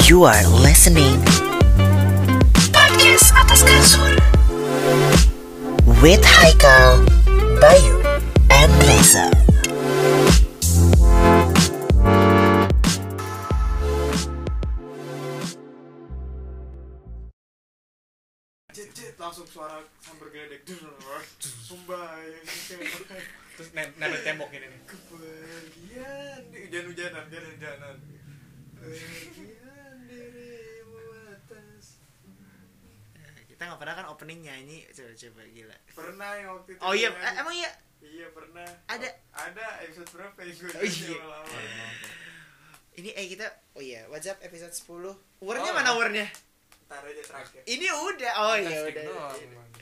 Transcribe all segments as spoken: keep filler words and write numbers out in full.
You are listening Podcast Atas Kasur with Haikal, Bayu, and Reza. Cet langsung suara sambar geledek Sumbai Terus nempel tembok gini nih. Kepergian hujan-hujanan, hujan-hujanan. Kepergian dirimu atas. Kita nggak pernah kan opening nyanyi, coba-coba gila. Pernah yang waktu itu. Oh iya, nyanyi. eh, emang iya. Iya pernah. Ada. Ada episode berapa yang gue Oh, iya. lama. Ini eh kita, oh iya, WhatsApp episode sepuluh. Wordnya Oh, mana ya. wordnya? Ntar aja terakhir. Ini udah, oh iya Testing udah. doang.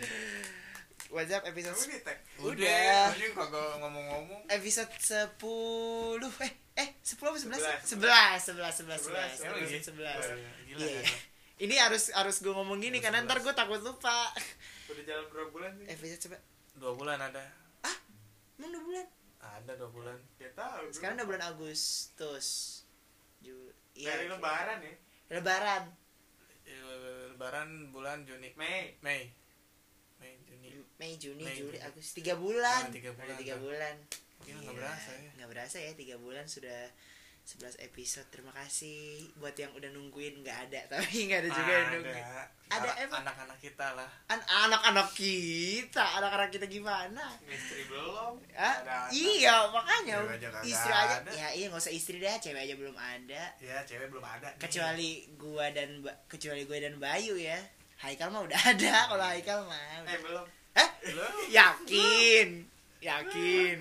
WhatsApp episode Kamu di tag? Udah. Anjing kagak ngomong-ngomong. episode sepuluh eh eh sepuluh apa sebelas? Sebelas. sebelas, sebelas, sebelas, sebelas, Sebelas. episode sebelas. Gila Iya. ya. Ini harus harus gue ngomong gini karena ntar gue takut lupa. Udah jalan berapa bulan sih? Episode coba. Dua bulan ada. Emang dua bulan? Ada dua bulan. Ya tahu. Sekarang udah bulan Agustus. Ju- iya, Dari oke. lebaran ya. Lebaran. Eh, Lebaran bulan Juni. Mei. Mei. Mei Juni. Mei, Juni, Mei, Juli, Juni. Agustus, tiga bulan. Ah, tiga bulan Ada tiga tuh. bulan. Gila, nggak berasa ya. Nggak berasa ya, tiga bulan sudah sebelas episode. Terima kasih buat yang udah nungguin. Nggak ada, tapi nggak ada juga yang nungguin. Ada. Ada, Anak- emang? anak-anak kita lah. An- anak-anak kita, anak-anak kita gimana? Istri belum. Hah? Ada anak. Iya, makanya Cewek aja kagak istri aja. ada. Ya iya, nggak usah istri dah, cewek aja belum ada. Ya, cewek belum ada. nih. Kecuali gua dan Ba- kecuali gua dan Bayu ya. Haikal mah udah ada. Kalau Haikal mah. Eh belum. Eh, Belum. yakin, yakin.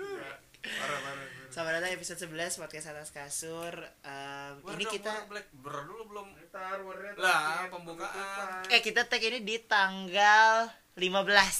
Parah parah. Selamat datang episode sebelas podcast Atas Kasur. Um, War ini dong, kita war, Black. Ber dulu belum. Ntar warnanya Lah, terakhir, pembukaan. eh kita tag ini di tanggal lima belas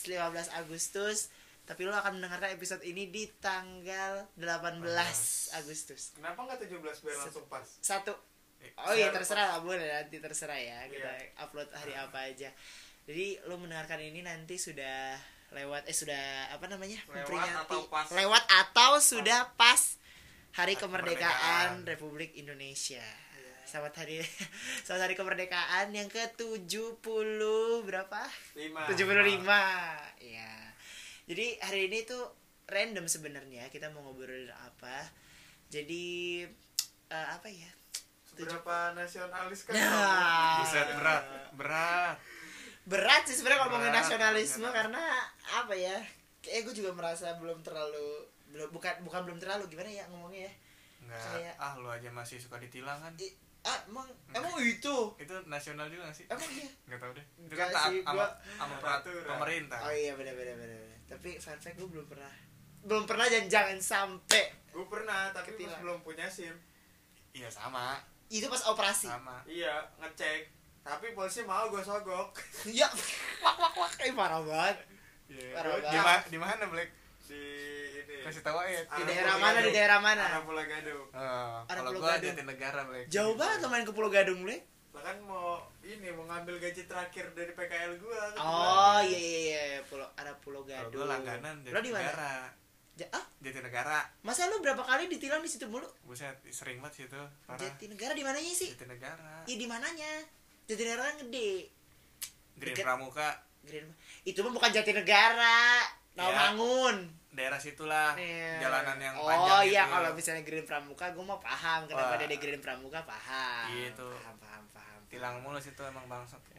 Agustus. Tapi lo akan mendengarkan episode ini di tanggal delapan belas Agustus. Kenapa nggak tujuh belas biar langsung pas? Satu. Eh, Oh iya, Biar terserah lah, boleh nanti terserah ya. Kita Iya. upload hari apa aja. Jadi lo mendengarkan ini nanti sudah lewat eh sudah apa namanya? Lewat memperingati atau pas? lewat atau sudah pas hari Hari kemerdekaan kemerdekaan. Republik Indonesia. Selamat hari Selamat hari kemerdekaan yang ke tujuh puluh berapa? Lima. tujuh puluh lima. Iya. Jadi hari ini tuh random sebenarnya kita mau ngobrolin apa. Jadi eh, apa ya? Seberapa nasionalis kan? Nah. Buset, berat. Berat. Berat sih sebenarnya ngomongin Berat, nasionalisme berat. karena apa ya? Kayak gue juga merasa belum terlalu belum bukan bukan belum terlalu gimana ya ngomongnya ya? Enggak. Kayak- Ah, lu aja masih suka ditilang kan? I, ah, emang emang itu. Itu nasional juga gak sih? Emang iya. Enggak tahu deh. Itu Enggak kan taat sih, sama gua- sama peraturan. pemerintah. Oh iya benar benar benar. benar. Tapi fun fact gue belum pernah belum pernah dan jangan sampai Gue pernah, tapi Ketilang. pas belum punya SIM. Iya, sama. itu pas operasi. Sama. Iya, ngecek. Tapi polisi mau gue sogok. Ya, wak wak wak, eh parah banget. Iya. Parah Di banget. ma- di mana, Black? Di ini. Kasih tahu aja. Di Arah daerah Pulau mana? Di Gadung. daerah mana? Arah Pulau Gadung. Oh, Ada kalau Pulau gua Gadung. Jatinegara, Black. Jauh banget lo main ke Pulau Gadung lu. Lah kan mau ini mau ngambil gaji terakhir dari P K L gua. Oh iya iya iya Pulau ada Pulau Kalau Gadung. gua langganan Lo di mana? Jatinegara. Ja- ah, Jatinegara. masa lu berapa kali ditilang di situ mulu? Buset, sering banget situ. Parah. Jatinegara di mananya sih? Jatinegara. Iya di mananya? Jatinegara kan gede. Green Dekat- Pramuka. Green. Itu mah bukan Jatinegara. Rawamangun. Daerah situlah. Iya. Jalanan yang oh, panjang iya gitu. kalau misalnya Green Pramuka gue mau paham kenapa Wah. dia ada Green Pramuka paham. Gitu. Paham paham paham. Tilang mulu situ emang bangsat ya.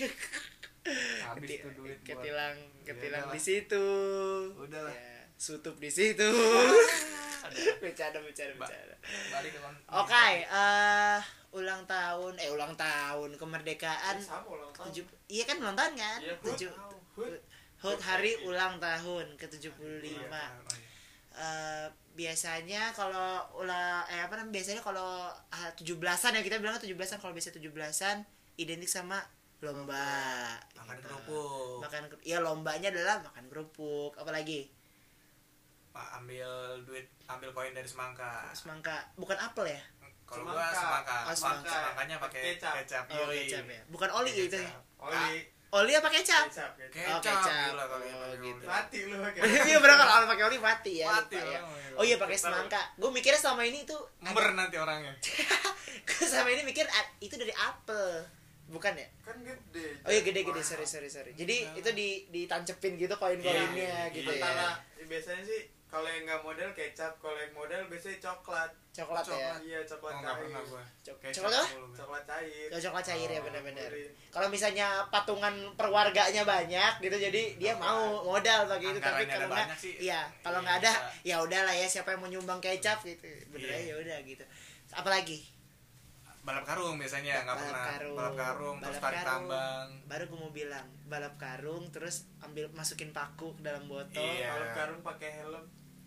Habis Keti- tuh duit buat- ketilang ketilang Ya di situ. Udahlah. Ya, sutup di situ. bercanda bercanda Ba- bercanda. Balik ke kon- Oke, eh ulang tahun eh ulang tahun kemerdekaan Sama ulang tahun. tujuh iya kan ulang tahun kan? Iya, Tujuh Hut. Hut hari ulang tahun ke tujuh puluh lima. Oh, iya. Eh, biasanya kalau ulah eh apa namanya biasanya kalau ah, tujuh belasan ya kita bilang tujuh belasan kalau biasa tujuh belasan identik sama lomba. Makan gitu. kerupuk. Makan ker- iya lombanya adalah makan kerupuk. Apalagi Pak ambil duit, ambil koin dari semangka. semangka, bukan apel ya? Kalau Semangka. gua semangka. Oh, semangka. Semangkanya pakai Kecap. kecap. Oh, Yoi. kecap ya. Bukan oli Pakai gitu ya. kecap. Oli. Oli apa kecap? Kecap, kecap. Kecap. Oh, kecap. Gila kali ya, Oh, pakai gitu. oli. Mati lu pakai. Iya benar kalau pakai oli mati ya. Mati lupa ya. orang. Oh iya pakai semangka. Gue mikirnya selama ini tuh Ember nanti orangnya. Gue selama ini mikir ah, itu dari apel. Bukan ya? Kan gede. Oh iya gede-gede, sorry sorry sorry. Jadi itu di ditancepin gitu koin-koinnya Iya, gitu iya. ya. Antara biasanya sih kalau yang nggak model kecap, kalau yang model biasanya coklat. Coklat ya. Coklat. Iya, coklat Oh, nggak cair. pernah gua. Cok- Kecap coklat apa? mulu gua. Coklat cair. Oh, coklat cair ya Oh, benar-benar. gurit. Kalau misalnya patungan perwarganya banyak gitu jadi dia Coklat. mau modal pakai itu, tapi Anggarannya kalau ada nggak banyak sih. iya, kalau Iya, nggak ada bisa. ya udahlah ya, siapa yang mau nyumbang kecap gitu. Bener Iya. aja ya udah gitu. Apalagi Balap karung biasanya nggak balap pernah. karung, Balap karung terus balap tarik karung. tambang. Baru gue mau bilang balap karung terus ambil masukin paku ke dalam botol. Iya. Kalau karung pakai helm.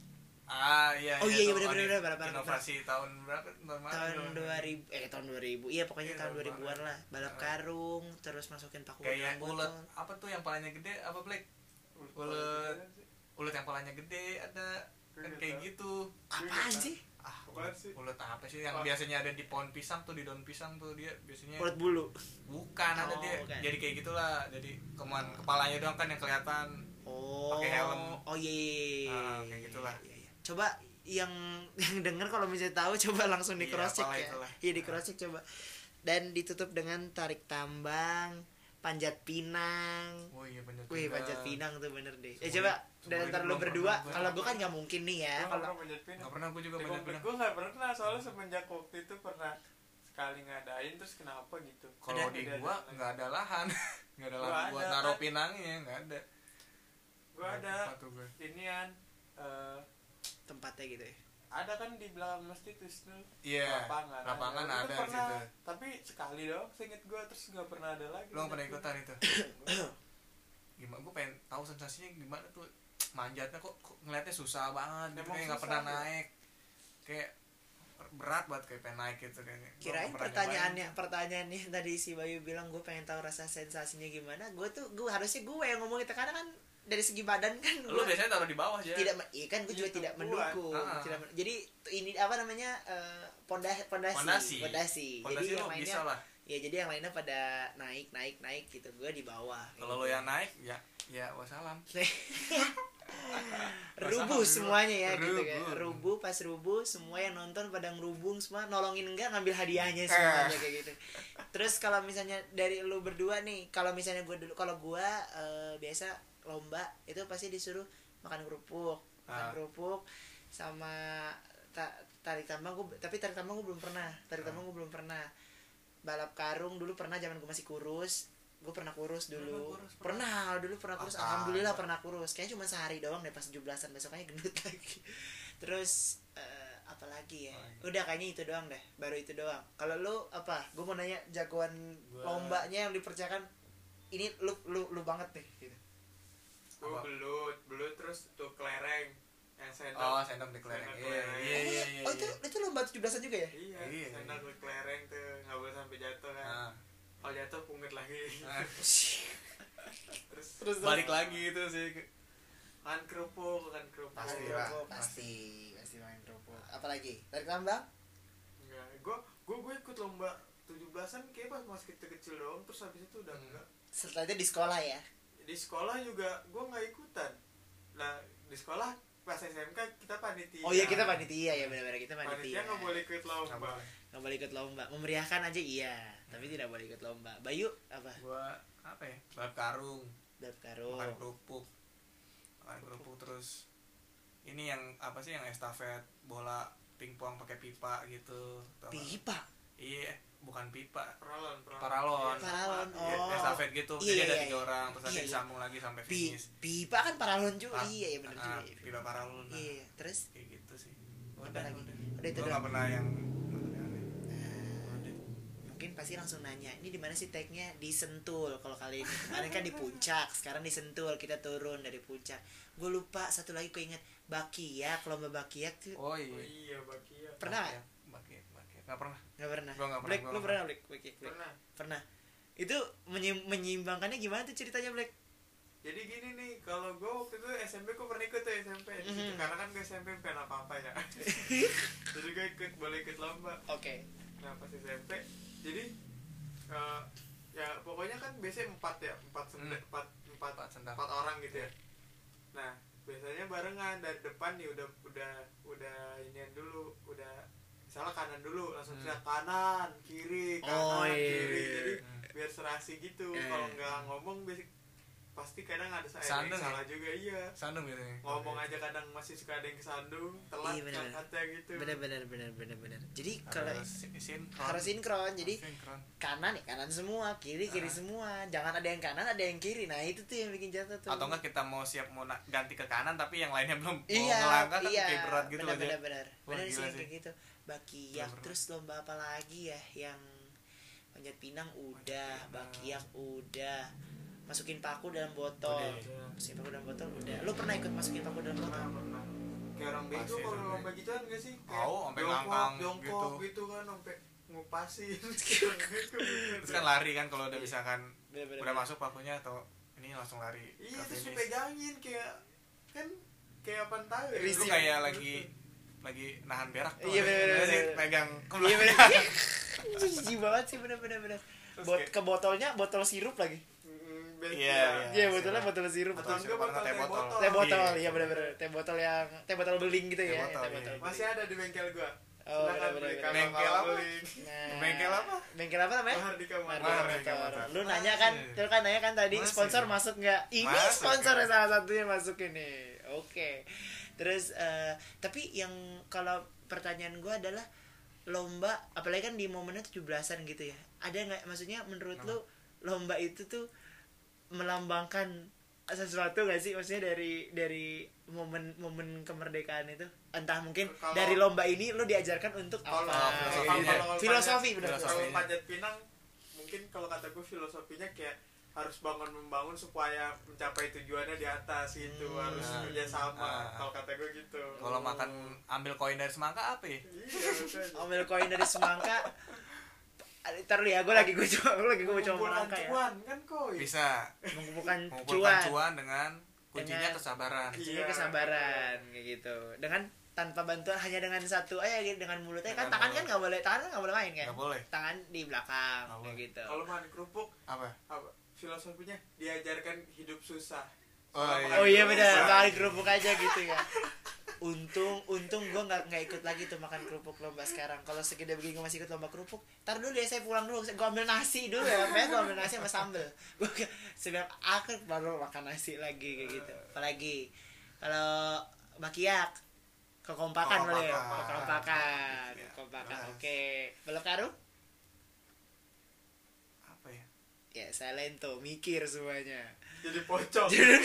Ah iya. Oh iya, iya, tuh, bener, ini bener, balap karung. Inovasi tahun berapa? Tahun mana Tahun tuh? dua ribu eh tahun dua ribu iya pokoknya Iya, tahun tahun dua ribuan berapa? lah, balap Ah. karung terus masukin paku ke Kayak dalam ulet botol. apa tuh yang palanya gede apa Black? Ulet ulet yang palanya gede ada kan Nggak kayak tahu. gitu. Apaan sih? Ah, Apaan ulet, sih? ulet apa sih yang Oh. biasanya ada di pohon pisang tuh, di daun pisang tuh dia biasanya Ulet bulu. bukan ada Oh, dia. bukan. Jadi kayak gitulah. Jadi keman kepalanya doang kan yang kelihatan. Oh. Pakai helm. Oh iya. iya, iya, Ah, iya, kayak iya, gitulah. iya, iya. Coba yang yang denger kalau misalnya tahu coba langsung di Iya, cross check apalah ya. itulah. Iya di cross check coba. Dan ditutup dengan tarik tambang, panjat pinang. Oh iya bener. Wih, juga. panjat pinang tuh bener deh. Eh Seumur coba hidup- dan seumur ntar hidup lu belum berdua. pernah gua. Kalau gua kan nggak mungkin nih ya. Gue Kalau pernah manjat pinang. Nggak pernah gue juga Di banyak komplek pinang. gue nggak pernah, soalnya semenjak waktu itu pernah sekali ngadain terus kenapa gitu. Kalau Ada- di ada- gua ada- nggak ada lahan, nggak ada Gua lahan ada, buat kan. naruh pinangnya, nggak ada. Gua ada Apa tuh gua? inian eh, tempatnya gitu ya. ada kan di belakang masjid itu Iya. lapangan. Lapangan Itu ada pernah, situ. tapi sekali dong, seinget gua terus nggak pernah ada lagi. Lo nggak pernah ikutan itu? Enggak. Gimana? Gue pengen tahu sensasinya gimana tuh. Manjatnya kok, kok ngeliatnya susah banget gitu, Emang kayak nggak susah, pernah ya? naik. Kayak berat banget kayak pengen naik gitu kayaknya. Gua Kirain nggak pernah pertanyaannya pertanyaannya tadi si Bayu bilang gue pengen tahu rasa sensasinya gimana. Gue tuh gue harusnya gue yang ngomong itu karena kan dari segi badan kan nyobain. Lu gue biasanya taruh di bawah aja. tidak me- iya kan gue juga Iya, tidak tumpuan. mendukung. Ah. Tidak men- jadi tuh ini apa namanya eh, ponda- pondasi Pondasi. pondasi. Jadi Pondasi yang lo lainnya bisa lah. ya jadi yang lainnya pada naik naik naik gitu. Gue di bawah. Kalau lo yang naik ya ya wassalam. rubuh semuanya ya gitu kan. Rubuh. Rubuh pas rubuh semua yang nonton pada ngerubung semua, nolongin enggak ngambil hadiahnya semuanya kayak gitu. Terus kalau misalnya dari lu berdua nih, kalau misalnya gue dulu kalau gue eh, biasa lomba itu pasti disuruh makan kerupuk, makan Ah. kerupuk sama ta- tarik tambang gue, tapi tarik tambang gue belum pernah, tarik Ah. tambang gue belum pernah. Balap karung dulu pernah zaman gue masih kurus. Gue pernah kurus dulu. Pernah kurus, pernah. dulu pernah kurus. Apa? Alhamdulillah pernah kurus. Kayaknya cuma sehari doang deh pas tujuh belasan, besoknya gendut lagi. Terus eh, apa lagi ya? Oh, iya. Udah kayaknya itu doang deh. Baru itu doang. Kalau lu apa? Gue mau nanya jagoan Gua- lombanya yang dipercayakan ini lu lu lu banget deh gitu. Gua Apa? belut, belut terus tuh kelereng yang sendok. Oh, sendok di kelereng. Sendok Iya, kelereng. iya, iya, iya. Oh, itu itu lomba tujuh belasan juga ya? Iya, Iya, sendok iya. di kelereng tuh nggak boleh sampai jatuh kan. Nah, Kalau jatuh pungut lagi. nah, terus Terus balik lagi itu sih. makan kerupuk, makan kerupuk. Pasti Main lah. kerupuk, pasti pasti main kerupuk. Apalagi? Tarik tambang? Enggak, gua gua gua ikut lomba tujuh belasan kayak pas masih kecil-kecil doang, terus habis itu udah Hmm. enggak. Setelah itu di sekolah ya. Di sekolah juga gua nggak ikutan. Nah, di sekolah pas S M K kita panitia. Oh iya kita panitia ya, benar-benar kita Panitia panitia. nggak boleh ikut Nggak lomba. boleh. Nggak boleh ikut lomba. Memeriahkan aja iya, tapi tidak boleh ikut lomba. Bayu apa? Gua apa ya? Balap karung, Balap karung. makan kerupuk. Makan kerupuk terus ini yang apa sih yang estafet bola pingpong pakai pipa gitu. Tau nggak? Pipa. Iya, bukan pipa. Paralon, Paralon. Paralon. Iya, Oh. estafet gitu. Iya, Jadi ada iya, tiga iya. orang terus nanti Iya, iya. disambung lagi sampai Pi finish. pipa kan paralon juga. Ah, Iya, iya benar ah, juga. ah, Iya. pipa paralon. Nah, Iya, terus kayak gitu sih. apa Udah, lagi? udah. Udah itu Gua doang. nggak pernah yang aneh-aneh. Nah, Udah. mungkin pasti langsung nanya, ini di mana sih tag-nya? Di Sentul kalau kali ini. Kemarin kan di puncak, sekarang di Sentul, kita turun dari puncak. Gue lupa satu lagi gue inget Bakiak, lomba Bakiak tuh. Oh Oh iya. iya, Bakia. Pernah Bakiak, Bakiak, Bakiak. Nggak pernah. Nggak pernah. Gua nggak pernah, Black, gua lu nggak pernah Black? Bakiak, Black? Pernah. Pernah. Itu menyim- menyeimbangkannya gimana tuh ceritanya Black? Jadi gini nih, kalau gue waktu itu S M P gue pernah ikut tuh S M P. Mhm. Karena kan gue S M P bukan apa-apa ya. Jadi gue ikut, boleh ikut lomba. Oke. Nah pas S M P, jadi eh, ya pokoknya kan biasanya empat ya, empat senda, Hmm. empat, empat, Empat sendal. empat orang gitu ya. Nah biasanya barengan dari depan nih udah udah udah inian dulu, udah misalnya kanan dulu langsung Hmm. teriak kanan kiri kanan Oh, iya, kiri iya, jadi iya. biar serasi gitu. Iya, Kalau iya. nggak ngomong basic pasti kadang ada saya yang Sandung salah juga iya. Sandung biasanya. Ngomong aja kadang masih suka ada yang kesandung telat Iya, bener. kata gitu. benar benar benar benar benar jadi kalau Harus sinkron. harus sinkron jadi Sinkron. kanan ya kanan semua kiri kiri Ah. semua jangan ada yang kanan ada yang kiri nah itu tuh yang bikin jatuh tuh Atau enggak kita mau siap mau na- ganti ke kanan tapi yang lainnya belum mau iya ngelangkah kan iya kayak berat gitu benar aja. benar benar Wah, benar sih gila yang sih. kayak gitu bakiak Bener. terus lomba apa lagi ya yang panjat pinang udah pinang. bakiak udah masukin paku dalam botol Udah. masukin paku dalam botol udah lu pernah ikut masukin paku dalam botol Pernah, pernah. Kayak orang bego Pasti kalau sampai- lomba gituan gak sih? Kayak Tahu, sampai jongkok, ngangkang jongkok gitu. gitu. kan sampai ngupasin. Terus kan lari kan kalau udah misalkan Bener-bener. udah masuk pakunya atau ini langsung lari Iya, ke terus lu finish. pegangin kayak kan kayak apa tahu ya. Lu Risih. kayak lagi lagi nahan berak tuh. Iya, bener, Terus bener. pegang ke iya belakang. bener jijik banget sih bener bener bener Terus Bot, kayak- ke botolnya botol sirup lagi Mm, beda. Iya, iya botolnya botol sirup Atau Atau enggak sirup, botol teh teh botol. botol. teh botol Iya. iya bener bener teh botol yang teh botol beling gitu Teh ya botol, teh iya. botol Masih ada di bengkel gua. Oh, Silakan bener, beli bener, kalau bener. Bengkel mau apa? beli. Nah, Bengkel apa? bengkel apa namanya Mahardika Motor. Mahardika Motor. Motor. Lu nanya kan, Masih. lu kan nanya kan tadi Masih. sponsor masuk nggak? Ini Masuk, sponsornya ya. salah satunya masuk ini. Oke. Terus eh, tapi yang kalau pertanyaan gue adalah lomba, apalagi kan di momennya tujuh belasan gitu ya. Ada nggak? Maksudnya menurut lu lomba itu tuh melambangkan sesuatu gak sih? Maksudnya dari dari momen momen kemerdekaan itu, entah mungkin Kalau- dari lomba ini lu diajarkan untuk Kalau apa? filosofi, Kayak gitu. kalau Filosofi panjat- benar. Filosofi. Kalau panjat pinang mungkin kalau kata gue filosofinya kayak harus bangun membangun supaya mencapai tujuannya di atas gitu, Hmm. harus Nah. kerja sama. Ah. Kalau kata gue gitu. Kalau makan ambil koin dari semangka apa ya? Iya, betul. Ambil koin dari semangka. Ntar lu ya, gue lagi gue coba, gue lagi gue coba Kumpulan merangka ya. cuan kan koi. Bisa Mengumpulkan mengumpulkan cuan, cuan dengan kuncinya Dengan- kesabaran. kuncinya Iya. kesabaran kayak gitu. Dengan tanpa bantuan hanya dengan satu aja gitu dengan mulutnya kan Dengan tangan mulut. kan nggak boleh tangan kan nggak boleh main kan Nggak boleh. tangan di belakang Nggak kayak boleh. gitu. Kalau makan kerupuk Apa? apa filosofinya diajarkan hidup susah. Oh, Kalau iya. makan Oh iya kerupuk, benar, susah. makan kerupuk aja gitu ya. Untung, untung gue nggak nggak ikut lagi tuh makan kerupuk lomba sekarang. Kalau segede begini gue masih ikut lomba kerupuk. Tar dulu ya saya pulang dulu, gue ambil nasi dulu ya. Pokoknya gue ambil nasi sama sambel. Gue sebelum akhir baru makan nasi lagi kayak gitu. Apalagi kalau bakiak kekompakan boleh ya, Kekompakan. kekompakan, Iya. kekompakan. Jelas. Oke, belum karung? Apa ya? Ya silento, mikir semuanya. Jadi pocong.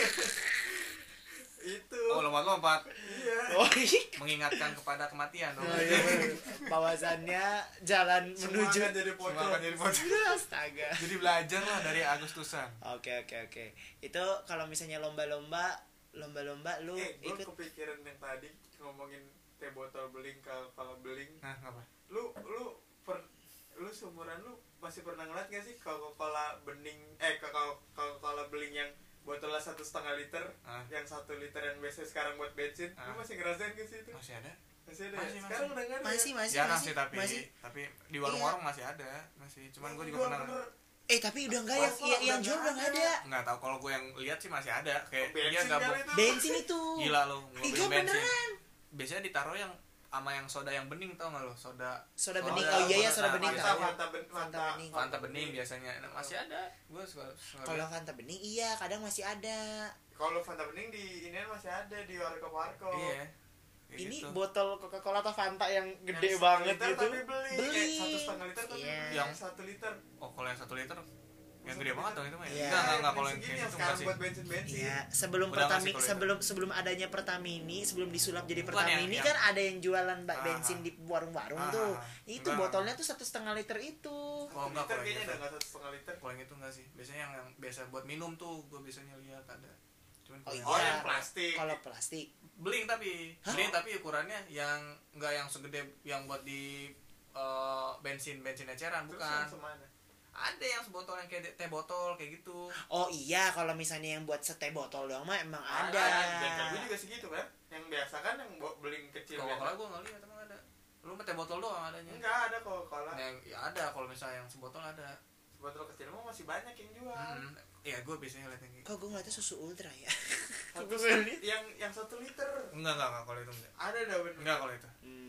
Itu. Oh, lompat-lompat Iya. Oh iya. mengingatkan kepada kematian dong. Oh, iya, bener. Bahwasannya jalan Semua menuju akan jadi pocong. Semua akan jadi pocong. astaga. Jadi belajar lah dari Agustusan. Oke oke oke. Itu kalau misalnya lomba-lomba, lomba-lomba lu Eh, gue ikut. kepikiran yang tadi ngomongin teh botol beling kalau kalau beling. Nah, apa? Lu lu per lu seumuran lu masih pernah ngeliat gak sih Coca-Cola bening eh Coca-Cola beling yang botolnya satu setengah liter, Ah. yang satu liter yang biasa sekarang buat bensin, Ah. lu masih ngerasain gak sih itu? Masih ada? Masih ada. Masih, ya? Sekarang masih. udah nggak ada. Masih ya? masih Jarang masih, sih tapi masih. tapi di warung-warung masih ada, masih. Cuman gue juga Gua pernah bener- Eh tapi udah enggak yang Wah, yang, yang udah jual udah nggak enggak ada. nggak tahu kalau gue yang lihat sih masih ada kayak dia bensin gabung kali itu. Bensin itu. gila lo Ih, ngebeli gua bensin beneran. biasanya ditaruh yang sama yang soda yang bening tau nggak lo soda Soda Soda, bening. Oh iya ya soda Fanta, bening Fanta, tahu. Fanta, ben- Fanta Fanta. bening. Fanta bening biasanya nah, masih ada gue suka, suka Kalau lihat. Fanta bening iya, kadang masih ada. Kalau Fanta bening di ini masih ada di warkop-warkop. iya kayak Ini gitu. botol Coca-Cola atau Fanta yang Yang gede setengah banget liter gitu. tapi beli. Beli. Eh, satu setengah liter tapi Iya. beli. Yang satu liter. oh kalau yang satu liter yang Satu gede liter. banget dong itu mah ya Iya. enggak enggak enggak kalau yang Segini kayak yang gitu enggak sekarang sih buat bensin bensin. Iya, sebelum Udah nggak Pertami sih kalau itu? sebelum sebelum adanya Pertamini, sebelum disulap jadi Bukan Pertamini yang- kan ada yang jualan ba- Ah, bensin ah. di warung-warung Ah, tuh. ah. Itu Enggak, botolnya enggak. tuh satu setengah liter itu. Oh, Satu enggak, liter kalau kayaknya gitu. udah nggak satu setengah liter. kalau yang itu enggak sih biasanya yang, yang biasa buat minum tuh gue biasanya lihat ada cuman Oh kalau iya. Oh, yang plastik. Kalau plastik. beling tapi Hah? beling tapi ukurannya yang enggak yang segede yang buat di eh, bensin bensin eceran Terus bukan yang semana? ada yang sebotol yang kayak teh botol kayak gitu Oh iya, kalau misalnya yang buat seteh botol doang mah emang Ada. ada. Bengkel gue juga segitu kan. Yang biasa kan yang bo- beling kecil. kalau biasa. kalau gue nggak lihat emang ada lu mah teh botol doang adanya Enggak ada Coca-Cola. yang ya ada kalau misalnya yang sebotol ada Botol kecil mah masih banyak yang jual. hmm. ya gue biasanya lihat yang gitu Kok gue ngeliatnya susu ultra ya? Satu yang yang satu liter. enggak enggak enggak kalau itu enggak Ada dah bener. enggak kalau itu Hmm.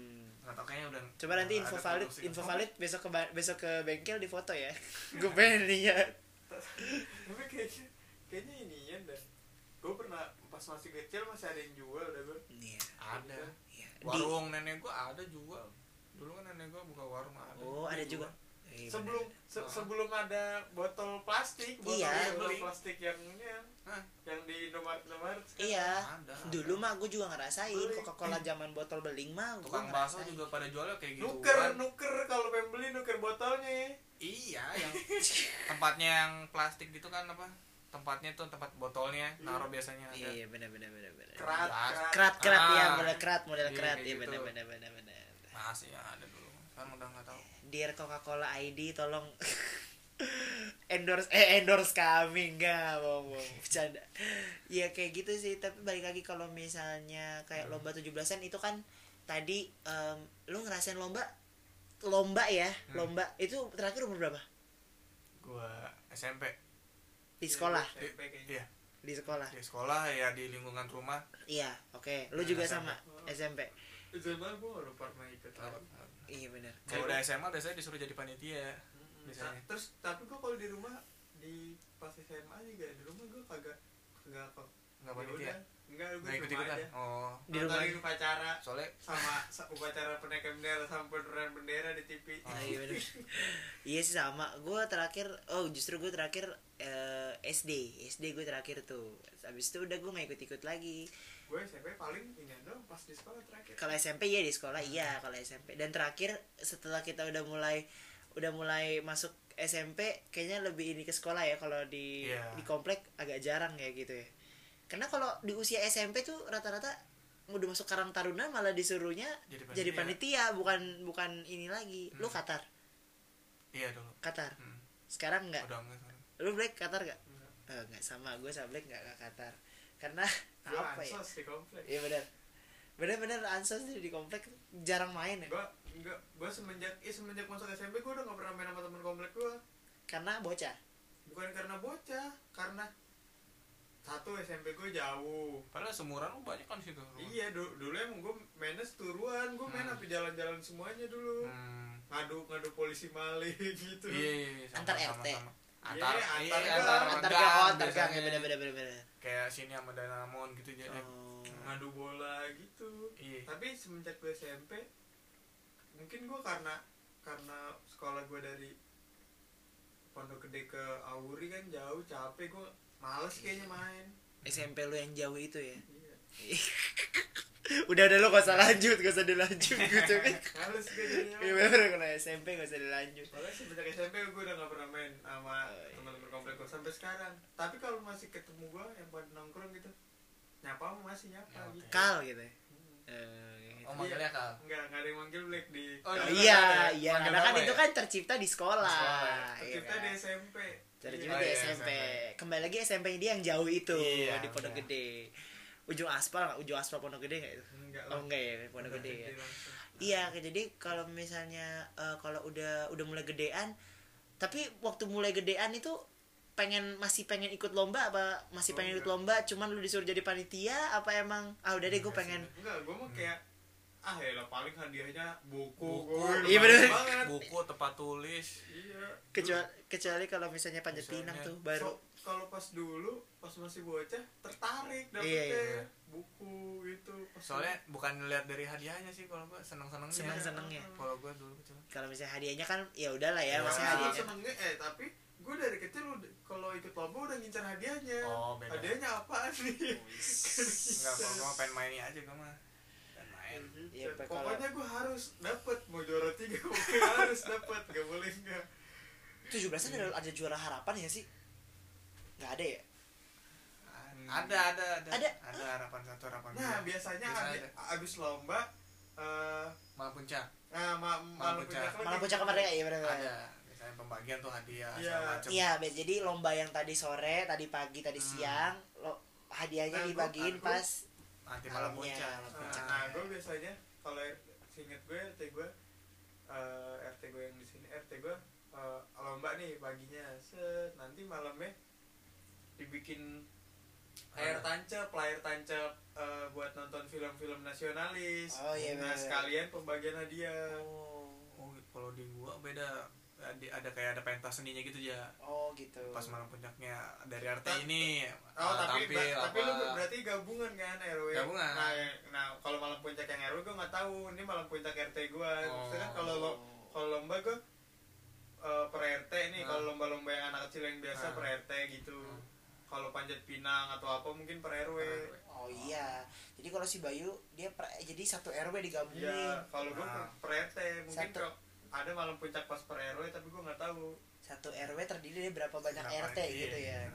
nggak tau kayaknya udah Coba nanti udah info ada valid, produksi. info valid besok ke ba- besok ke bengkel di foto ya. Gue pengen lihat. Tapi kayaknya kayaknya ini ya dah. Gue pernah pas masih kecil masih ada yang jual udah gue. Iya. Ada Iya. Di- warung nenek gua ada jual dulu kan nenek gua buka warung ada. Oh, ada Dia juga. jual. Iya, Sebelum bener. se- sebelum ada botol plastik, botol, Iya. botol Beli. plastik yang ini yang, Hah? yang di Indomaret Indomaret sekarang. Iya. Ada, ada. Dulu mah gue juga ngerasain Beli. Coca-Cola zaman botol beling mah gue tukang bakso ngerasain. juga pada jualnya kayak gitu Nuker, nuker kalau pengen beli nuker botolnya. iya yang tempatnya yang plastik gitu kan apa tempatnya tuh tempat botolnya naruh biasanya ada. Iya, benar benar benar benar. Kerat, Jelas. Kerat kerat Ah. ya, model kerat, model Iya, kerat. kayak Iya, gitu. benar benar benar benar. masih yang ada dulu sekarang udah nggak tahu. Dear Coca-Cola I D tolong endorse eh endorse kami enggak bohong bohong bercanda ya kayak gitu sih. Tapi balik lagi kalau misalnya kayak lomba tujuh belasan itu kan tadi em, lu ngerasain lomba lomba ya Hmm. lomba itu terakhir umur berapa Gua S M P di sekolah S M P kayaknya. iya di sekolah di sekolah ya di lingkungan rumah. iya oke lu Nah, juga S M P. sama S M P Itu mah gue udah pernah ikut lagi. iya benar Kalau udah S M A biasanya disuruh jadi panitia. Mm-mm. Biasanya. Nah, terus tapi gue kalau di rumah di pas S M A juga di rumah gue kagak kagak kok Nggak panitia. enggak gue Nggak ikut ikutan. Oh, Di rumah nontonin upacara soalnya sama sa- upacara penaikan bendera sama penurunan bendera di T V. Ah, iya bener. Iya sih sama. Gue terakhir, oh justru gue terakhir eh, S D, S D gue terakhir tuh. Habis itu udah gue nggak ikut-ikut lagi. Gue S M P paling ini dong pas di sekolah terakhir. Kalau S M P ya di sekolah iya, kalau S M P. Dan terakhir setelah kita udah mulai udah mulai masuk S M P, kayaknya lebih ini ke sekolah ya. Kalau di Iya. di komplek agak jarang ya gitu ya. Karena kalau di usia S M P tuh rata-rata udah masuk Karang Taruna malah disuruhnya Jadi panitia. jadi panitia, bukan bukan ini lagi. Lu Hmm. Qatar, iya dulu. Qatar. Hmm. Sekarang enggak? Udah enggak sekarang. Lu Black Qatar gak? Enggak. Oh, enggak sama, gue sama Black enggak ke Qatar. Karena Gue apa ya? ansos di komplek. Iya benar. Bener-bener ansos tuh di komplek jarang main ya. Gue enggak gue semenjak eh semenjak masuk S M P gue udah gak pernah main sama temen komplek gue. Karena bocah. Bukan karena bocah, karena satu S M P gue jauh. Padahal seumuran lu banyak kan situ. Iya, dulu, dulu emang gue mainnya seturuan, gue main Hmm. sampai jalan-jalan semuanya dulu. Hmm. Ngadu ngadu polisi maling gitu. Iya, iya, iya, sama, Antar sama, R T. sama. Iya, Antar, antar iya, gang. antar, Antar gang gang, oh, antar gang biasanya. ya bener-bener bener-bener. Kayak sini sama Danamon gitu jadi. Oh. Ngadu bola gitu. Iya. Tapi semenjak gue S M P mungkin gue karena karena sekolah gue dari Pondok Gede ke Auri kan jauh, capek gue males kayaknya main. S M P lu yang jauh itu ya. Iya. Udah udah lu gak usah lanjut, gak usah dilanjut gitu kan. Males gue jadinya. Iya bener kalau S M P gak usah dilanjut. Soalnya semenjak S M P gue udah gak pernah main sama Oh, iya. teman-teman komplek gue sampai sekarang. Tapi kalau masih ketemu gue yang pada nongkrong gitu, nyapa mah masih nyapa Ya, oke. gitu. Kal gitu ya. Hmm. Eh, gitu. Oh, manggilnya Kal. Enggak, enggak ada yang manggil Black di. Oh, Kalau iya. Iya, ada, iya, Manggil karena kan nama itu ya? kan tercipta di sekolah. Di sekolah, iya tercipta kan? di S M P. Tercipta Oh, di iya, S M P. S M P. Kembali lagi S M P dia yang jauh itu Iya, di Pondok iya. Gede. Ujung aspal, nggak? Ujung aspal Pondok Gede nggak itu? Enggak Oh enggak ya, Pondok Gede ya. langsung. Iya, kayak jadi kalau misalnya eh, kalau udah udah mulai gedean, tapi waktu mulai gedean itu pengen masih pengen ikut lomba apa masih Oh, pengen ikut enggak. lomba cuman lu disuruh jadi panitia apa emang ah udah deh gue pengen Enggak, gue mah kayak ah ya lah paling hadiahnya buku, Buku. gue Iya, bener. banget. Buku, tempat tulis. Iya. kecuali kecuali kalau misalnya Panjat Pinang Misalnya, tuh baru So, kalau pas dulu pas masih bocah tertarik dapetnya Iya, iya. buku itu pas Soalnya bukan lihat dari hadiahnya sih kalau gua seneng-senengnya. Seneng-senengnya. Kalau gua dulu kecil. kalau misalnya hadiahnya kan ya udahlah ya Iya. maksudnya Nah, hadiahnya senengnya eh tapi gue dari kecil udah- kalau ikut lomba udah ngincar hadiahnya. Oh, beda. Hadiahnya apaan nih? Enggak, kalau gua pengen main aja gua mah. Pengen main. Iya, Pak, kalau- Pokoknya gue harus dapet mau juara tiga pokoknya harus dapet gak boleh enggak. tujuh belasan ada ada juara harapan ya sih nggak ada ya Ada, ada, ada. Ada. Ada harapan satu, harapan dua. Nah biasanya Biasa abis, ada. abis lomba eh Malam puncak. nah, ma- malam puncak. puncak lagi. malah puncak kemerdekaan iya benar Ada. Misalnya pembagian tuh hadiah Iya. segala macam. iya Be. Jadi lomba yang tadi sore tadi pagi tadi Hmm. siang lo hadiahnya Nah, gua- dibagiin aku- pas Nanti malam malamnya, puncak. malam Nah, puncak. nah gue biasanya kalau seinget gue R T gue eh, R T gue yang di sini R T gue eh, lomba nih paginya set nanti malamnya dibikin layar tancap layar tancap eh, buat nonton film-film nasionalis. Oh, iya, Nah, bener. sekalian pembagian hadiah. Oh. Oh, kalau di gua beda. Ada, ada kayak ada pentas seninya gitu ya. Oh gitu. Pas malam puncaknya dari R T Ta- ini Oh, uh, tapi tampil ba- tapi apa. lu berarti gabungan kan R W. Gabungan. Nah, ya- nah kalau malam puncak yang R W gue nggak tahu. Ini malam puncak R T gue. Oh. Maksudnya kalau lo kalau lomba gue eh, per R T nih. Nah. Kalau lomba-lomba yang anak kecil yang biasa Nah. per R T gitu. Hmm. Kalau panjat pinang atau apa mungkin per R W. Per R W. Oh iya. Jadi kalau si Bayu dia per, jadi satu R W digabungin. Iya, kalau gue per, Nah. per R T mungkin Satu. kalau ada malam puncak pas per R W tapi gue nggak tahu. Satu R W terdiri dari berapa banyak Berapa, R T iya. gitu ya.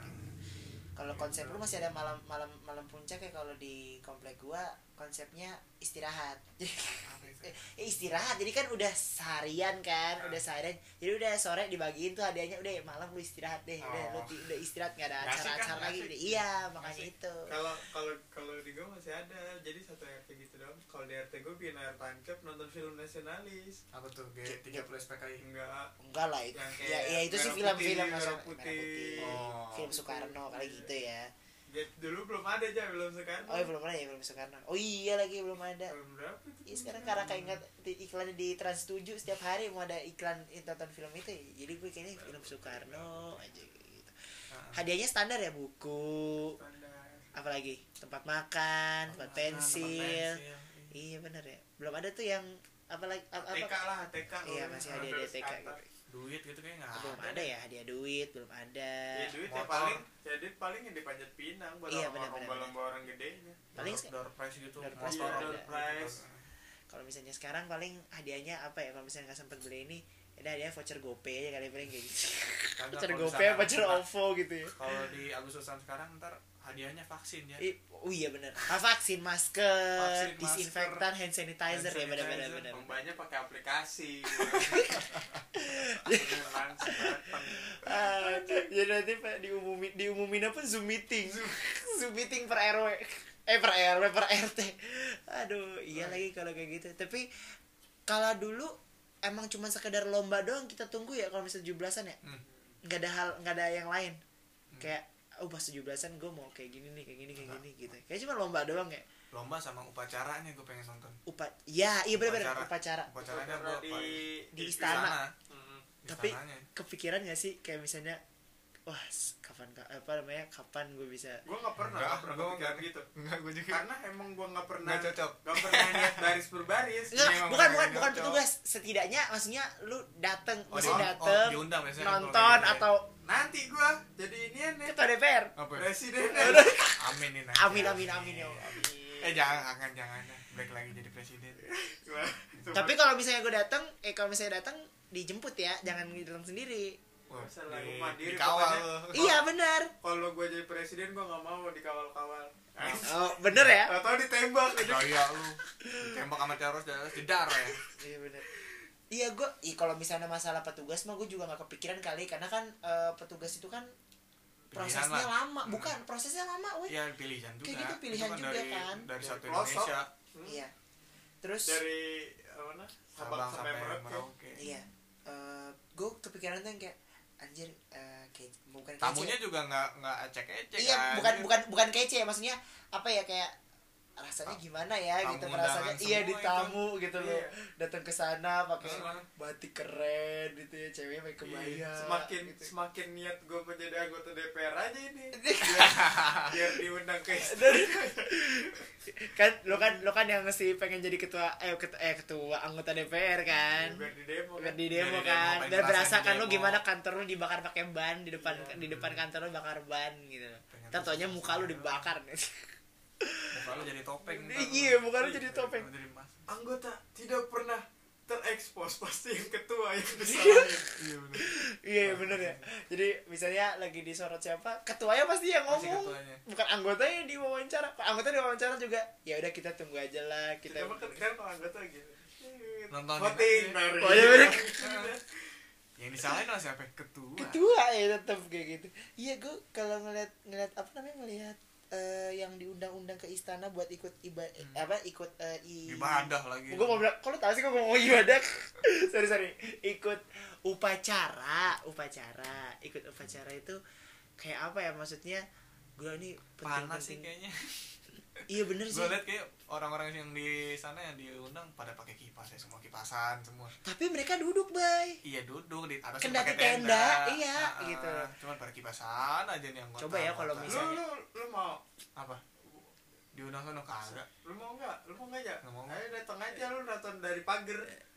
Kalau konsep lu masih ada malam malam malam puncak ya, kalau di komplek gua konsepnya istirahat. Apa itu? Eh, istirahat jadi kan udah seharian kan, udah seharian. Jadi udah sore dibagiin tuh hadiahnya, udah malam lu istirahat deh. Udah lu Oh. ti- udah istirahat, nggak ada Ngasih kan, acara-acara lagi. ngasih. Udah. Iya, makanya Ngasih. itu. Kalau kalau kalau di gue masih ada. Jadi satu R T gitu dong. Kalau di R T gue bikin air tancap nonton film nasionalis. Apa tuh? G tiga puluh S P K I. Enggak. Enggak lah itu. Yang Ya, kayak ya itu sih Merah film-film Putih, nasional. Merah Merah Putih. Putih. Oh. Film Soekarno kali gitu ya. Ya, dulu belum ada aja belum sekarang. Oh ya belum ada ya film Soekarno. Oh iya lagi belum ada. Tahun berapa itu? Iya sekarang karena kayak ingat di- iklannya di Trans tujuh setiap hari mau ada iklan tonton film itu ya. Jadi gue kayaknya film Soekarno aja gitu. Hadiahnya standar ya, buku, Standar. apalagi tempat makan, tempat pensil. Iya benar ya. Belum ada tuh yang apalagi apa, T K apa lah, T K. Iya, masih hadiah Terus T K kata. gitu. Duit gitu kayak nggak Belum ada ya hadiah duit, belum ada. Ya duit ya Motor. paling, ya duit paling yang dipanjat pinang buat Iya, orang- benar, benar, lomba-lomba orang gedenya. Paling door, door prize gitu. door prize motor. Iya, ada. door prize. Kalau misalnya sekarang paling hadiahnya apa ya, kalau misalnya nggak sempet beli ini ada hadiah voucher GoPay aja kali paling kayak gitu. Kagak, Voucher kalau GoPay, misalkan- voucher OVO gitu ya. Kalau di Agustusan sekarang ntar hadiahnya vaksin ya. I- oh iya benar. Ah, vaksin, masker, Vaksin, masker, disinfektan, hand sanitizer hand ya benar benar sanitizer, benar. Lombanya pakai aplikasi. Langsung datang. Ah, jadi nanti Pak diumumin diumumin apa Zoom meeting. Zoom meeting per R W. Eh per R W per R T. Aduh, iya lagi kalau kayak gitu. Tapi kalau dulu emang cuma sekedar lomba doang kita tunggu ya kalau misalnya tujuh belasan ya. Hmm. Nggak ada hal, nggak ada yang lain. Kayak oh pas tujuh belasan gue mau kayak gini nih, kayak gini, kayak gini gitu. Kayak cuma lomba doang ya. Lomba sama upacaranya gue pengen nonton. Upa ya, iya benar-benar upacara. Upacaranya Upacara gue di, di istana. Mm. Tapi istananya. kepikiran gak sih kayak misalnya wah s- kapan apa namanya kapan gue bisa Gue nggak pernah, Enggak, nggak pernah gua kepikiran nggak. gitu. Enggak, gue juga. Karena emang gue nggak pernah, Nggak cocok. nggak pernah lihat baris berbaris. Enggak, Iya, emang bukan nggak bukan bukan cocok. petugas. Setidaknya maksudnya lu dateng, Oh, maksudnya di- oh, dateng diundang biasanya nonton kalau kayak gitu ya. atau Nanti gue jadi ini nih ketua D P R. Apa? ya? presiden. Amin nih nanti. Amin amin amin ya Allah. Amin. Eh jangan jangan jangan balik lagi jadi presiden. Tapi kalau misalnya gue datang, eh kalau misalnya datang dijemput ya, jangan datang sendiri. Wah, Masalah di- gua mandiri dikawal. pokoknya. Iya benar. Kalau gue jadi presiden gue nggak mau dikawal-kawal. Oh bener ya. Atau ditembak. Gaya lu. Tembak sama teroris dan jedar ya. Iya benar. Iya gue, iya kalau misalnya masalah petugas mah gue juga nggak kepikiran kali karena kan eh, petugas itu kan Pilihan prosesnya lah. lama, bukan prosesnya lama, weh. Iya pilihan juga. Kayak gitu, pilihan Itu kan juga dari, kan. Dari Dari satu pelosok. Indonesia. Hmm. Iya. Terus Dari mana? Sabang Sabang sampai sampai Merauke. Merauke. iya, eh gue kepikiran tuh yang kayak anjir, eh, kayak bukan kece. Tamunya juga nggak nggak ecek-ecek Iya, kan. bukan bukan bukan kece, maksudnya apa ya, kayak rasanya gimana ya Tamu gitu undangan rasanya. semua Iya itu. di tamu gitu loh. Iya. Datang ke sana pakai Heeh. batik keren gitu ya, ceweknya pakai kebaya. Iya, semakin gitu. semakin niat gue menjadi anggota D P R aja ini. Biar, biar diundang ke istana. Kan lo kan lo kan yang mesti pengen jadi ketua eh ketua, eh, ketua anggota D P R kan. Biar di demo. Biar kan. di Biar demo di demo, kan. pengen Biar ngerasain berasakan di lo demo. gimana kantor lo dibakar pakai ban di depan Iya. di depan kantor lo bakar ban gitu. Pengen Ntar taunya terus- muka lo dibakar. Muka lu jadi topeng. ntar. Iya, muka lu jadi topeng. Jadi emas. Anggota tidak pernah terekspos, pasti yang ketua yang disalahin. Iya benar. Iya bener ya. Jadi misalnya lagi disorot siapa, ketuanya pasti yang Pasti ngomong, ketuanya. bukan anggotanya yang diwawancara. Kalau anggota diwawancara juga, ya udah kita tunggu aja lah. Kita. Kita kan kan kalau anggota gitu. Nontonin Voting aja. dari. Oh, iya, bener. Yang disalahin lah siapa? Ketua. Ketua ya tetap kayak gitu. Iya gue kalau ngeliat ngeliat apa namanya ngeliat eh, yang diundang-undang ke istana buat ikut ibadah apa ikut eh, i- Ibadah lagi. Gue mau bilang, kalau tahu sih gue ngomong ibadah. sorry sorry, ikut upacara, upacara, ikut upacara itu kayak apa ya maksudnya? Gue ini Panas sih penting-penting. kayaknya. Iya bener sih. Gue liat kayak orang-orang yang di sana yang diundang pada pakai kipas ya, semua kipasan semua. Tapi mereka duduk, Bay. Iya duduk di atas Kendati pakai tenda, iya, Ah, gitu. Cuman pada kipasan aja nih yang Coba ya kalau Lu misalnya- lu lu mau apa? Diundang sono kagak. lu mau nggak? Lu mau nggak aja? Nggak mau. Ayo datang aja lu nonton dari pagar.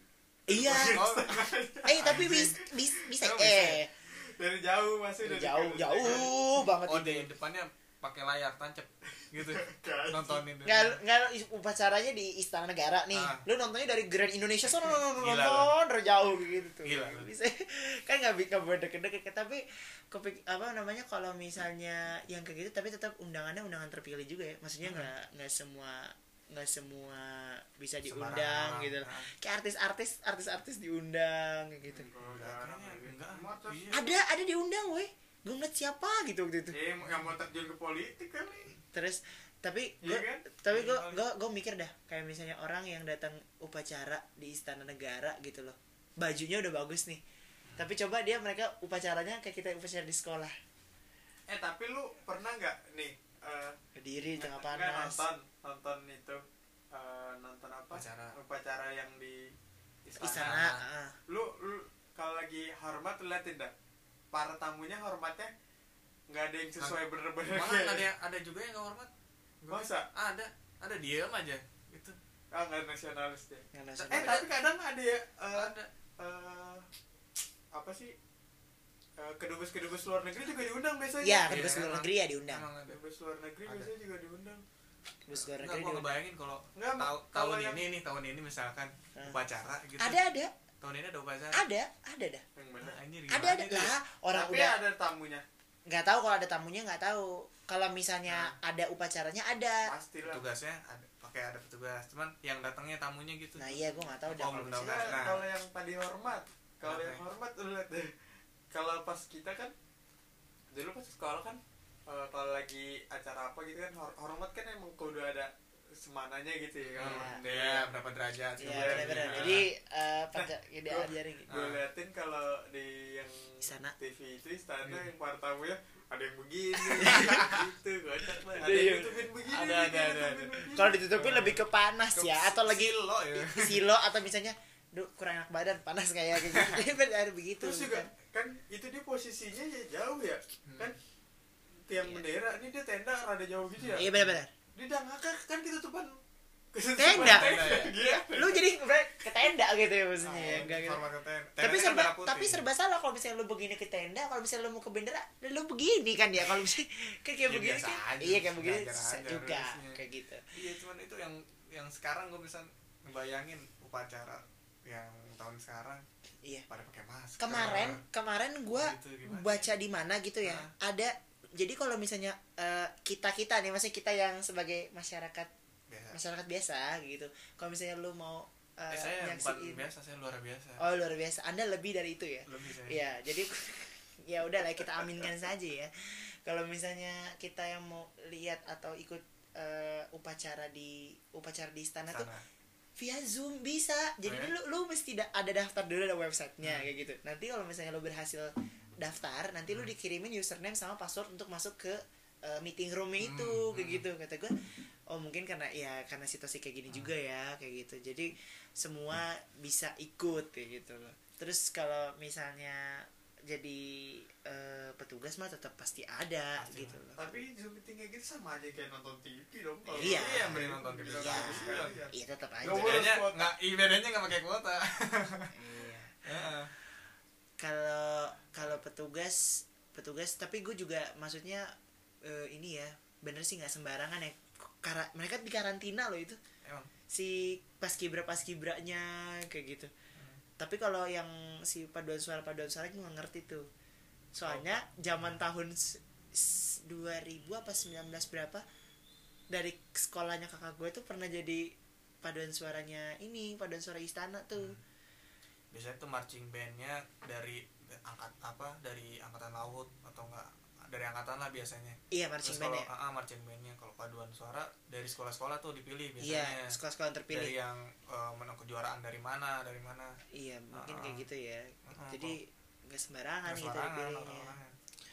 Iya. Oh, Eh tapi bis, bis, bisa Emang bisa eh Dari jauh masih dari jauh pagar. jauh banget oh itu. di depannya pakai layar tancap gitu. Gaji. Nontonin. Nggak, nggak upacaranya di Istana Negara nih. Ah. Lu nontonnya dari Grand Indonesia sono nonton Gila, nonton dari jauh gitu tuh. Gila. Bisa kan nggak bisa berdeket-deket tapi kepik apa namanya kalau misalnya yang kayak gitu tapi tetap undangannya undangan terpilih juga ya. Maksudnya nggak nggak semua nggak semua bisa diundang Sembarangan. gitu. Nah. Kayak artis-artis artis-artis diundang kayak gitu. Jarang Kayaknya gitu. enggak. Motor. Iya. Ada ada diundang weh. Gue ngeliat siapa gitu waktu itu. Eh, yang mau terjun ke politik kali. Terus tapi Iya gue kan? tapi gue Iya kali. gue gue mikir dah kayak misalnya orang yang datang upacara di Istana Negara gitu loh, bajunya udah bagus nih, tapi coba dia mereka upacaranya kayak kita upacara di sekolah, Eh tapi lu pernah nggak nih eh, berdiri di tengah nggak panas. nonton nonton itu eh, nonton apa? Upacara. Upacara yang di istana. Istana ah. Lu lu kalau lagi hormat lu liatin dah. Para tamunya hormatnya nggak ada yang sesuai bener-bener. Malah ada yang- ada juga yang nggak hormat. Masa? Ada, ada diem aja gitu. Ah nggak nasionalis deh. Yang Eh nasional. tapi kadang ada ya eh, Ada. eh, apa sih eh, kedubes-kedubes luar negeri juga diundang biasanya. Ya, Iya, kedubes luar emang. negeri ya diundang. Emang ada. Kedubes luar negeri Ada. biasanya juga diundang. Kedubes luar Enggak, negeri gua diundang. ngebayangin kalau Nggak, tahu kalau tahun yang- ini nih tahun ini misalkan Ah. upacara gitu. Ada ada Tahun ini ada upacara. ada ada dah. Yang bener. Nah, anjir, Ada gimana ada itu? lah orang Tapi udah ada tamunya. nggak tahu kalau ada tamunya nggak tahu. Kalau misalnya ada upacaranya ada. Pastilah. Petugasnya ada pakai ada petugas. Cuman yang datangnya tamunya gitu. Nah iya gue nggak tahu dah Oh, kalau belum tahu. misalnya. Enggak, Nah. kalau yang tadi hormat, kalau Apa yang ya? hormat lu lihat deh. Kalau pas kita kan dulu pas sekolah kan eh, kalau lagi acara apa gitu kan hor- hormat kan emang kudu ada semananya gitu ya kan. Iya. Ya, berapa derajat Iya Iya, benar-benar. iya. Jadi eh pada ide Gua- ajarin gitu. Gue liatin kalau di yang Istana. T V itu istana Iya. yang para tamunya ada yang begini gitu kocak banget. Ada Iya. yang tutupin begini Ada, ada ada, yang ada, tutupin ada. begini. Kalau ditutupin lebih ke panas Ke ya atau lagi silo ya. silo atau misalnya duh kurang enak badan panas kayak gitu. Ada begitu. Terus juga kan. kan itu dia posisinya ya jauh ya Hmm. kan tiang Iya. bendera ini dia tenda rada jauh gitu ya. Iya benar-benar. Dia udah ngakak kan ketutupan ketutupan Tenda. Iya. Lu jadi ber- ke tenda gitu ya maksudnya ya. Enggak gitu. Hormat ke ten- Tapi tendanya kan serba merah putih. tapi serba salah kalau misalnya lu begini ke tenda, kalau misalnya lu mau ke bendera, lu begini kan ya kalau misalnya kayak kayak Ya, begini biasa kan. aja, Iya kayak begini sejajar se- aja juga harusnya. kayak gitu. Iya, cuman itu yang yang sekarang gue bisa ngebayangin upacara yang tahun sekarang Iya. pada pakai masker. Kemarin kemarin gua Gitu, gimana baca di mana gitu ya. Hah? Ada jadi kalau misalnya eh, kita-kita nih maksudnya kita yang sebagai masyarakat biasa. masyarakat biasa gitu. Kalau misalnya lu mau eh, Eh, saya bukan nyaksiin biasa, saya luar biasa. oh luar biasa. Anda lebih dari itu ya. Lebih saya. Iya, jadi ya udahlah kita aminkan saja ya. Kalau misalnya kita yang mau lihat atau ikut eh, upacara di upacara di istana tuh Sana. via Zoom bisa. Jadi Oh, ya? lu lu mesti da- ada daftar dulu ada websitenya Hmm. kayak gitu. Nanti kalau misalnya lu berhasil daftar, nanti lu Hmm. dikirimin username sama password untuk masuk ke eh, meeting roomnya itu Hmm, kayak hmm. gitu. Kata gue, oh mungkin karena ya karena situasi kayak gini Hmm. juga ya kayak gitu. Jadi semua bisa ikut kayak gitu loh. Terus kalau misalnya jadi eh, petugas mah tetap pasti ada Pasti gitu lah. loh. Tapi zoom meeting kayak gitu sama aja kayak nonton T V dong. Kalau Iya. Iya, mending nonton T V. Bilang Iya. habis sekalian. Iya tetap aja. Nggak boleh. Bedanya kuota. nggak, iya, bedanya nggak pakai kuota. Iya. Heeh. Kalau kalau petugas petugas tapi gue juga maksudnya eh, ini ya bener sih nggak sembarangan ya. Kara, mereka di karantina loh itu Emang. si paskibra paskibranya kayak gitu. Tapi kalau yang si paduan suara paduan suara gue nggak ngerti tuh. Soalnya zaman tahun s- s- dua ribu apa sembilan belas berapa dari sekolahnya kakak gue tuh pernah jadi paduan suaranya ini paduan suara istana tuh. Biasanya tuh marching bandnya dari angkat apa dari angkatan laut atau enggak dari angkatan lah biasanya. Iya marching Terus band kalau ya. ah, ah, marching bandnya kalau paduan suara dari sekolah-sekolah tuh dipilih Iya biasanya. sekolah-sekolah yang terpilih. Dari yang eh, menang kejuaraan dari mana dari mana. Iya mungkin Uh-uh. kayak gitu ya. Uh-uh, Jadi nggak sembarangan Nggak gitu sembarangan dipilihnya. orang-orangnya.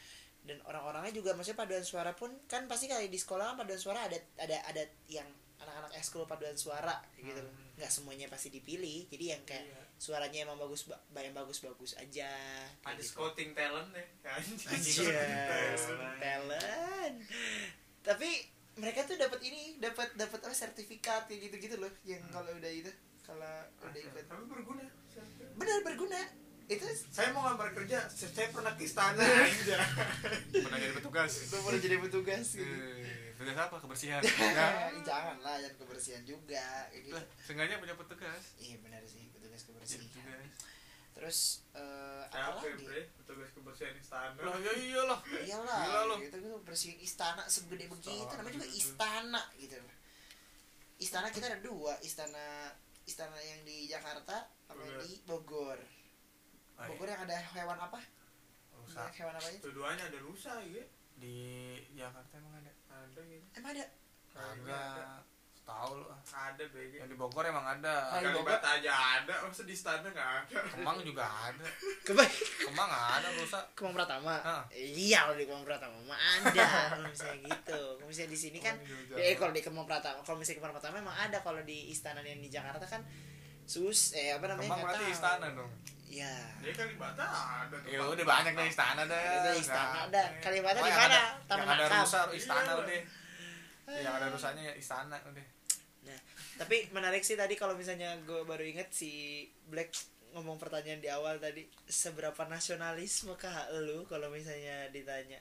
dan orang-orangnya juga maksudnya paduan suara pun kan pasti kali di sekolah kan paduan suara ada ada ada yang anak-anak ekskul paduan suara gitu loh. Hmm. Nggak semuanya pasti dipilih, jadi yang kayak Iya. suaranya emang bagus ba- yang bagus-bagus aja kayak Ada gitu. scouting talent deh. Anjir, Talent. talent. Tapi mereka tuh dapat ini, dapat dapat apa sertifikat kayak gitu-gitu loh yang kalau udah itu, kalau udah ikut. Tapi berguna. Benar berguna. Itu Saya mau ngambil kerja, saya pernah ke istana aja. Pernah jadi petugas. itu baru jadi petugas gitu. Eh, petugas apa? Kebersihan. Ya. Jangan lah, jangan kebersihan juga kayak gitu. Lah, seenggaknya punya petugas. Iya benar sih, petugas Jadi kebersihan. petugas. Terus eh Saya apa apa ya, lagi? Bre? Petugas kebersihan istana. Lah ya iyalah. Iyalah, Gila lu. gitu gitu bersihin istana segede begitu, Istana namanya juga gitu. istana gitu. Istana kita ada dua, istana istana yang di Jakarta sama yang Bogor. di Bogor. Oh, Bogor yang ada hewan apa? rusak. Banyak hewan apa aja? Keduanya ada rusa ya. Di Jakarta emang ada? Ada gitu. Emang ada? Kagak ada. Enggak. Tahu lu. ah. Ada B G. Yang di Bogor emang ada. Ah, di Bogor? Kalibata aja ada, masa di istana nggak ada. Kemang juga ada. Kebaik. Kemang ada rusak. Kemang Pratama. Ah. Iya, kalau di Kemang Pratama mah ada. Kalau misalnya gitu. Kalau misalnya di sini kan Oh, di Jogja. eh kalau di Kemang Pratama, kalau misalnya Kemang Pratama emang ada, kalau di istana yang di Jakarta kan sus eh apa namanya? Kemang nggak berarti tahu. istana dong. Iya. Jadi Kalibata ada. Ya udah banyak deh istana dah. Ada istana Nggak- dah. Kalibata Oh, di yang mana? ada- Taman Yang ada Makam. rusa istana Iya. udah. Yang ada rusanya ya istana udah. Nah, tapi menarik sih tadi kalau misalnya gue baru inget si Black ngomong pertanyaan di awal tadi, seberapa nasionalisme kah lu kalau misalnya ditanya?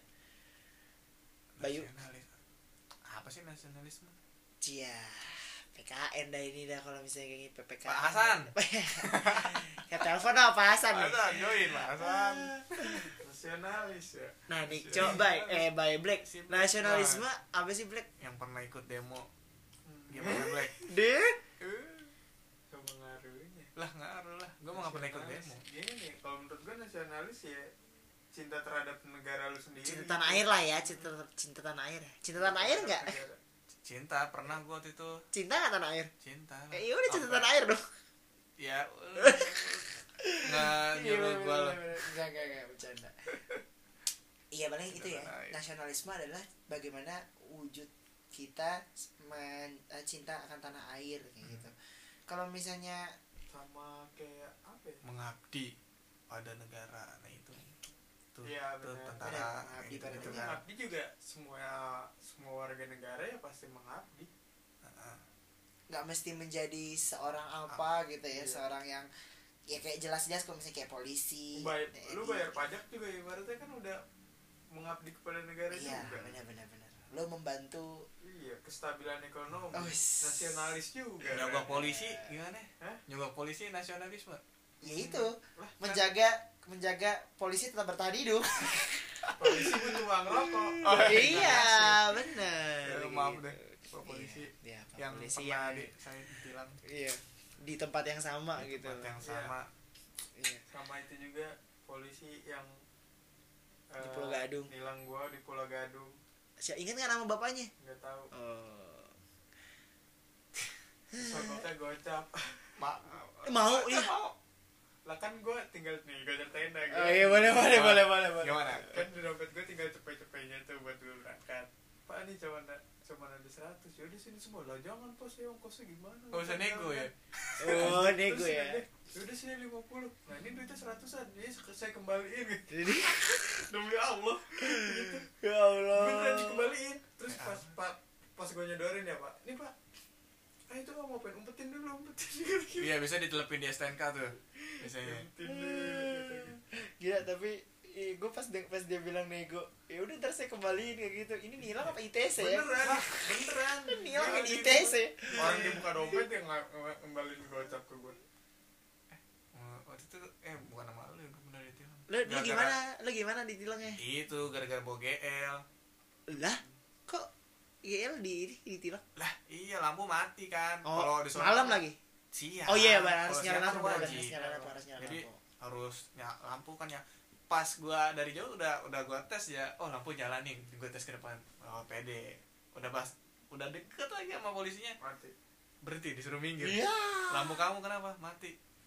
Bayu. Nasionalis. Apa sih nasionalisme? Cia, P K N dah ini dah kalau misalnya kayak gitu, P P K N. Pak Hasan. Ya telepon dong Pak Hasan nih. Hasan join Pak Hasan. Nasionalis ya. Nah, nih coba eh by Black. Si Black. Nasionalisme apa sih Black? Yang pernah ikut demo gimana Black? Deh. Eh, Coba ngaruhnya. lah ngaruh lah. Gue mau nggak pernah ikut demo. Gini, kalau menurut gue nasionalis ya cinta terhadap negara lu sendiri. Cinta tanah air lah ya, cinta cinta tanah air. Cinta tanah air enggak? Negara. Cinta pernah gue waktu itu Cinta enggak tanah air? cinta. Eh, iya udah cinta Sampai- tanah air dong. Ya. Nggak nyuruh gue lah. Enggak, enggak, enggak, bercanda. Iya, paling itu ya. Nasional. Nasionalisme adalah bagaimana wujud kita men, eh, cinta akan tanah air kayak gitu. Kalau misalnya Sama kayak apa ya? Mengabdi pada negara. Nah itu. Tuh, Iya, tuh benar. tentara Benar, kayak mengabdi gitu, pada gitu Itu kan. mengabdi juga semua semua warga negara ya pasti mengabdi. Heeh. nggak mesti menjadi seorang apa gitu ya, Iya. seorang yang ya kayak jelas-jelas kalau misalnya kayak polisi. Bayar, T N I. lu bayar pajak juga ibaratnya kan udah mengabdi kepada negara Iya, juga. benar-benar benar. Lo membantu. Iya, kestabilan ekonomi. Oh, s- nasionalis juga. Nyogok polisi gimana? Hah? Nyogok polisi nasionalisme. Ya itu, Lah, menjaga menjaga polisi tetap bertahan hidup. polisi butuh uang rokok. Oh, Iya, benar. Ya, maaf deh, Pak polisi Iya, Pak yang polisi pernah yang di, saya bilang iya di tempat yang sama di gitu. tempat yang Iya. sama. Iya. Sama itu juga polisi yang Di eh, Pulau Gadung. nilang gua di Pulau Gadung. Siapa ingat nggak nama bapaknya? Nggak tahu. Oh. Sokoknya gocap. Ma Mau ya? mau. Lah kan gua tinggal nih, gua ceritain dah. Oh iya boleh boleh boleh boleh boleh. Gimana? Kan di dompet gua tinggal cepet-cepetnya tuh buat gua berangkat. Pak ini cuma ada cuma ada seratus. Yaudah sini semua lah. Jangan pos ya ongkosnya gimana? Oh, bisa nego ya? Oh Terus nego sini ya. deh, Yaudah sini lima puluh. Nah ini duitnya seratusan. Jadi saya kembaliin gitu. Jadi Demi Allah. Gitu. ya Allah. Beneran dikembaliin. Terus pas pas pas gue nyodorin ya Pak. Nih Pak. Ah itu nggak mau pengen umpetin dulu umpetin dulu. Iya, bisa ditelepin di S T N K tuh. Biasanya. Umpetin dulu. Gila tapi gue pas dia, pas dia bilang nego, ya udah ntar saya kembaliin kayak gitu. Ini nilang apa I T S ya? Beneran, beneran. Nilang Jangan ini I di- T S ya? Orang dia buka dompet yang nggak nggak kembaliin gocap ke gue. Oh, waktu itu eh bukan nama lu yang benar itu. Lu, lu gimana? Lu gimana ditilangnya? Itu gara-gara bawa G L. Lah, kok G L di ini ditilang? Lah, iya lampu mati kan. Oh, di sono malam kan lagi. siang. Oh iya, Bang, harus Kalau nyala siang lampu, kan bener, wajib. harus nyala lampu, harus nyala Jadi lampu. harus nyala lampu kan ya. Pas gua dari jauh udah udah gua tes ya. Oh, lampu nyala nih. Gua tes ke depan. Oh, pede. Udah pas udah deket lagi sama polisinya. Mati. Berhenti disuruh minggir. Iya. Lampu kamu kenapa? Mati.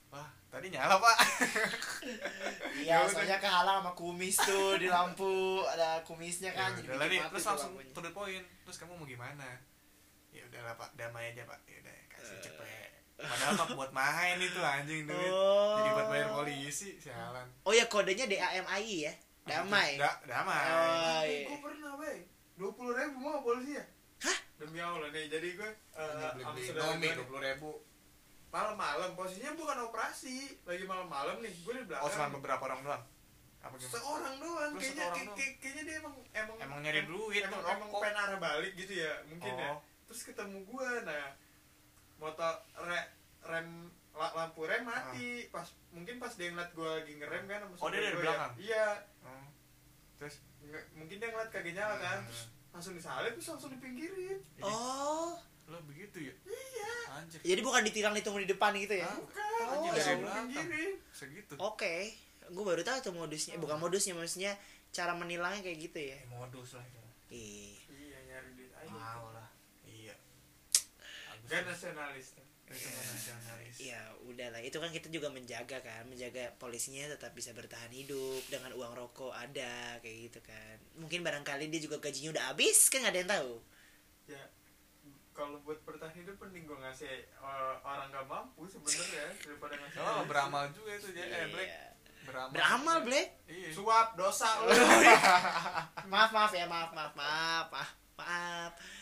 wah tadi nyala pak. Iya, Ya udah. soalnya kehalang sama kumis tuh di lampu, ada kumisnya Ya kan. jadi udah lah bikin nih, mati terus tuh langsung lampunya. to the point. Terus kamu mau gimana? Ya udahlah pak, damai aja pak. Ya udah kasih cepet. Padahal mah buat main itu anjing duit. Oh. Jadi buat bayar polisi, sialan. Oh ya, kodenya D A M I I ya. Damai. Da, damai. Oh, iya. Gue pernah bang dua puluh ribu mau polisi ya. Hah? Demi Allah nih, jadi gue uh, Beli beli saudara Indomie gue dua puluh ribu. malam-malam, posisinya bukan operasi, lagi malam-malam nih, gue di belakang. Oh cuma beberapa orang doang. Apa gimana? Seorang doang, Terus kayaknya satu orang kayak- doang. kayak- kayaknya dia emang emang Emang nyari duit, emang, tuh, emang rokok. pengen arah balik gitu ya, mungkin ya. Oh. Terus ketemu gue, nah motor re, rem la- lampu rem mati, pas mungkin pas dia ngeliat gue lagi ngerem kan sama Ah. Oh, dia saudara dari gue belakang? ya. Iya, Oh. Terus nge- mungkin dia ngeliat kagak nyala kan, Hmm. terus langsung disalip, terus langsung dipinggirin. Oh. lo begitu ya? Iya. Anjir. Jadi bukan ditilang ditunggu di depan gitu ya? Ah, Bukan, Oh, anjir ya dari ampun. belakang. pinggirin. Segitu. Oke. Gue baru tahu tuh modusnya. Eh, bukan modusnya, maksudnya cara menilangnya kayak gitu ya. Eh, modus lah itu. Ih. Iya, nyari duit aja. Mau lah. Iya. Bagus. Gak nasionalis. Itu mah nasionalis. Ya udahlah, itu kan kita juga menjaga kan, menjaga polisinya tetap bisa bertahan hidup dengan uang rokok ada kayak gitu kan. Mungkin barangkali dia juga gajinya udah habis kan, nggak ada yang tahu. Ya, kalau buat bertahan hidup mending gue ngasih uh, orang gak mampu sebenarnya daripada ngasih. Oh, duit. beramal juga itu dia. Eh, Black. Iya. Beramal. Beramal, Black. Iya. Suap dosa lu. Maaf maaf ya, maaf maaf maaf maaf maaf.